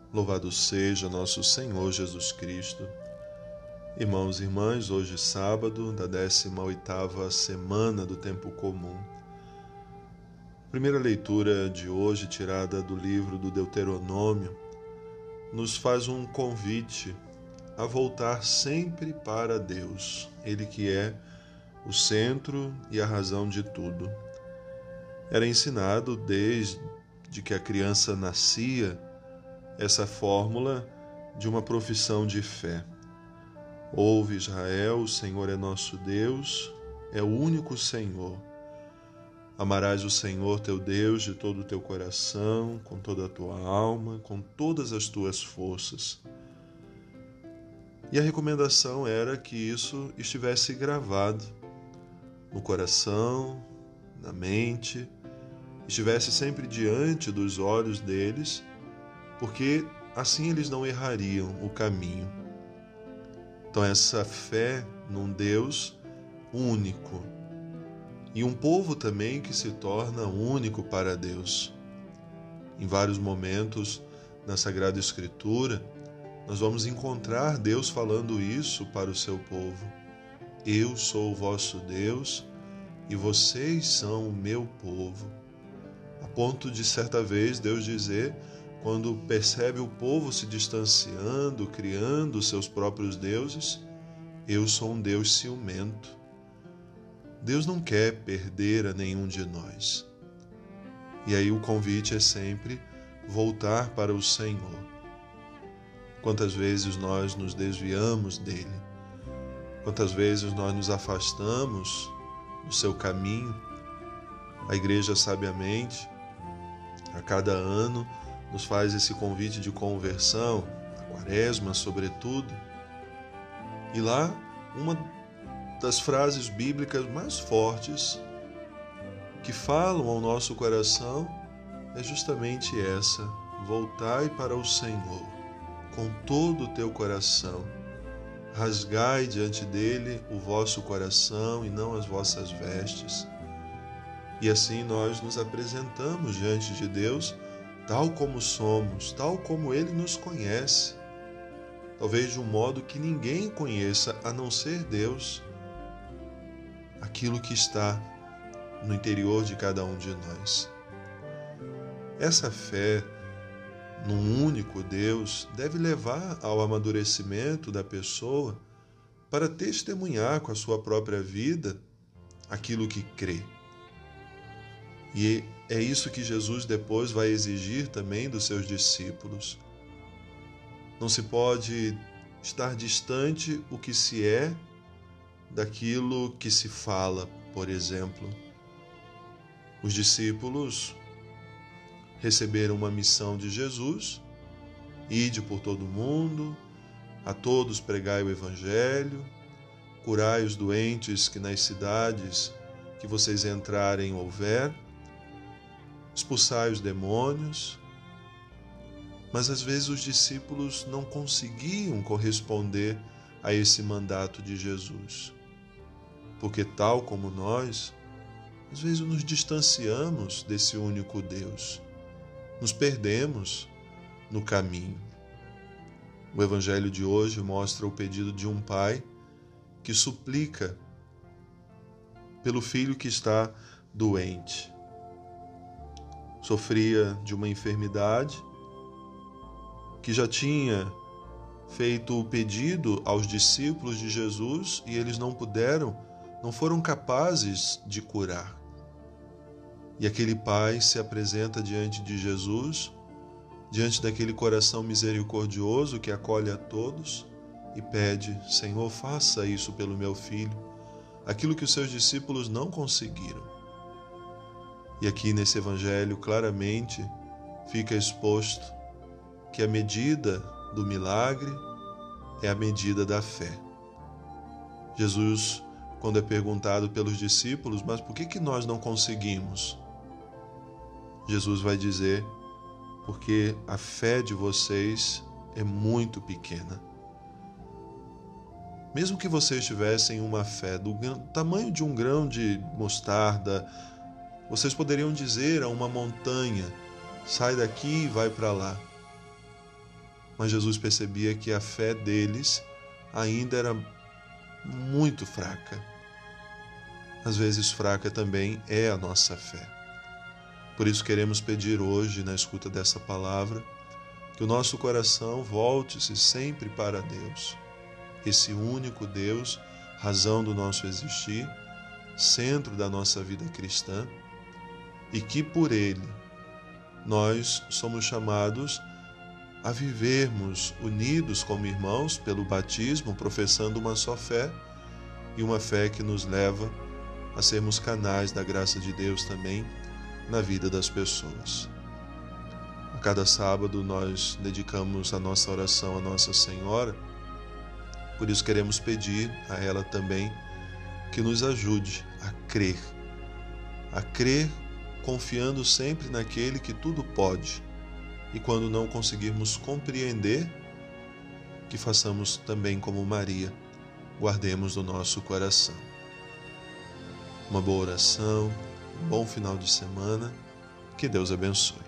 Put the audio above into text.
Louvado seja nosso Senhor Jesus Cristo. Irmãos e irmãs, hoje sábado da 18ª semana do Tempo Comum. A primeira leitura de hoje, tirada do livro do Deuteronômio, nos faz um convite a voltar sempre para Deus, Ele que é o centro e a razão de tudo. Era ensinado desde que a criança nascia essa fórmula de uma profissão de fé. Ouve, Israel, o Senhor é nosso Deus, é o único Senhor. Amarás o Senhor teu Deus de todo o teu coração, com toda a tua alma, com todas as tuas forças. E a recomendação era que isso estivesse gravado no coração, na mente, estivesse sempre diante dos olhos deles, porque assim eles não errariam o caminho. Então essa fé num Deus único e um povo também que se torna único para Deus. Em vários momentos na Sagrada Escritura, nós vamos encontrar Deus falando isso para o seu povo. Eu sou o vosso Deus e vocês são o meu povo. A ponto de certa vez Deus dizer, quando percebe o povo se distanciando, criando seus próprios deuses, eu sou um Deus ciumento. Deus não quer perder a nenhum de nós. E aí o convite é sempre voltar para o Senhor. Quantas vezes nós nos desviamos dele? Quantas vezes nós nos afastamos do seu caminho? A igreja sabiamente, a cada ano, nos faz esse convite de conversão, a Quaresma sobretudo. E lá, uma das frases bíblicas mais fortes que falam ao nosso coração é justamente essa: voltai para o Senhor com todo o teu coração, rasgai diante dele o vosso coração e não as vossas vestes. E assim nós nos apresentamos diante de Deus tal como somos, tal como Ele nos conhece, talvez de um modo que ninguém conheça a não ser Deus, aquilo que está no interior de cada um de nós. Essa fé num único Deus deve levar ao amadurecimento da pessoa para testemunhar com a sua própria vida aquilo que crê. E é isso que Jesus depois vai exigir também dos seus discípulos. Não se pode estar distante o que se é daquilo que se fala, por exemplo. Os discípulos receberam uma missão de Jesus: ide por todo o mundo, a todos pregai o Evangelho, curai os doentes que nas cidades que vocês entrarem houver, expulsai os demônios. Mas às vezes os discípulos não conseguiam corresponder a esse mandato de Jesus, porque tal como nós, às vezes nos distanciamos desse único Deus, nos perdemos no caminho. O Evangelho de hoje mostra o pedido de um pai que suplica pelo filho que está doente. Sofria de uma enfermidade, que já tinha feito o pedido aos discípulos de Jesus e eles não foram capazes de curar. E aquele pai se apresenta diante de Jesus, diante daquele coração misericordioso que acolhe a todos e pede: Senhor, faça isso pelo meu filho, aquilo que os seus discípulos não conseguiram. E aqui nesse Evangelho claramente fica exposto que a medida do milagre é a medida da fé. Jesus, quando é perguntado pelos discípulos, mas por que nós não conseguimos? Jesus vai dizer: porque a fé de vocês é muito pequena. Mesmo que vocês tivessem uma fé do tamanho de um grão de mostarda, vocês poderiam dizer a uma montanha: sai daqui e vai para lá. mas Jesus percebia que a fé deles ainda era muito fraca. Às vezes fraca também é a nossa fé. Por isso queremos pedir hoje, na escuta dessa palavra, que o nosso coração volte-se sempre para Deus, esse único Deus, razão do nosso existir, centro da nossa vida cristã, e que por Ele nós somos chamados a vivermos unidos como irmãos pelo batismo, professando uma só fé, e uma fé que nos leva a sermos canais da graça de Deus também na vida das pessoas. A cada sábado nós dedicamos a nossa oração a Nossa Senhora, por isso queremos pedir a ela também que nos ajude a crer confiando sempre naquele que tudo pode, e quando não conseguirmos compreender, que façamos também como Maria, guardemos no nosso coração. Uma boa oração, um bom final de semana, que Deus abençoe.